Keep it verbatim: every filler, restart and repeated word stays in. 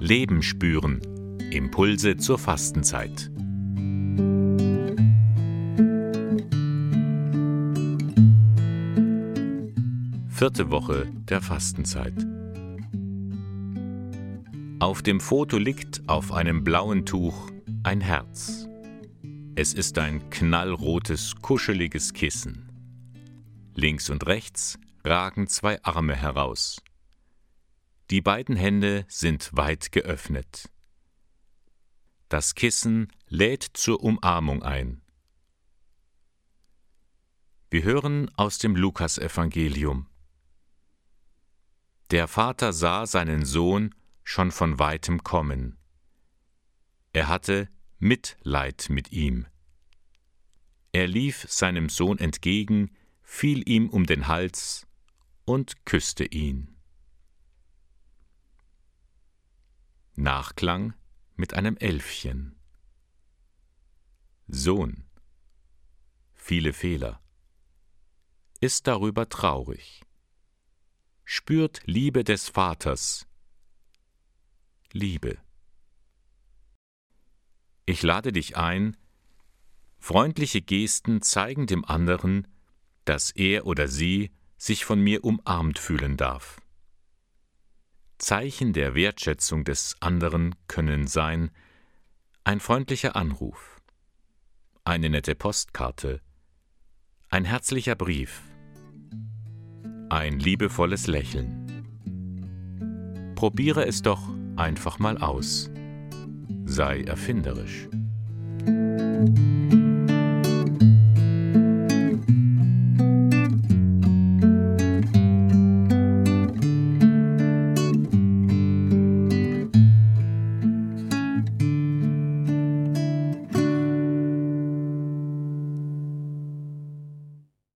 Leben spüren. Impulse zur Fastenzeit. Vierte Woche der Fastenzeit. Auf dem Foto liegt auf einem blauen Tuch ein Herz. Es ist ein knallrotes, kuscheliges Kissen. Links und rechts ragen zwei Arme heraus. Die beiden Hände sind weit geöffnet. Das Kissen lädt zur Umarmung ein. Wir hören aus dem Lukasevangelium. Der Vater sah seinen Sohn schon von weitem kommen. Er hatte Mitleid mit ihm. Er lief seinem Sohn entgegen, fiel ihm um den Hals und küsste ihn. Nachklang mit einem Elfchen. Sohn, viele Fehler, ist darüber traurig, spürt Liebe des Vaters, Liebe. Ich lade dich ein, freundliche Gesten zeigen dem anderen, dass er oder sie sich von mir umarmt fühlen darf. Zeichen der Wertschätzung des anderen können sein: ein freundlicher Anruf, eine nette Postkarte, ein herzlicher Brief, ein liebevolles Lächeln. Probiere es doch einfach mal aus. Sei erfinderisch.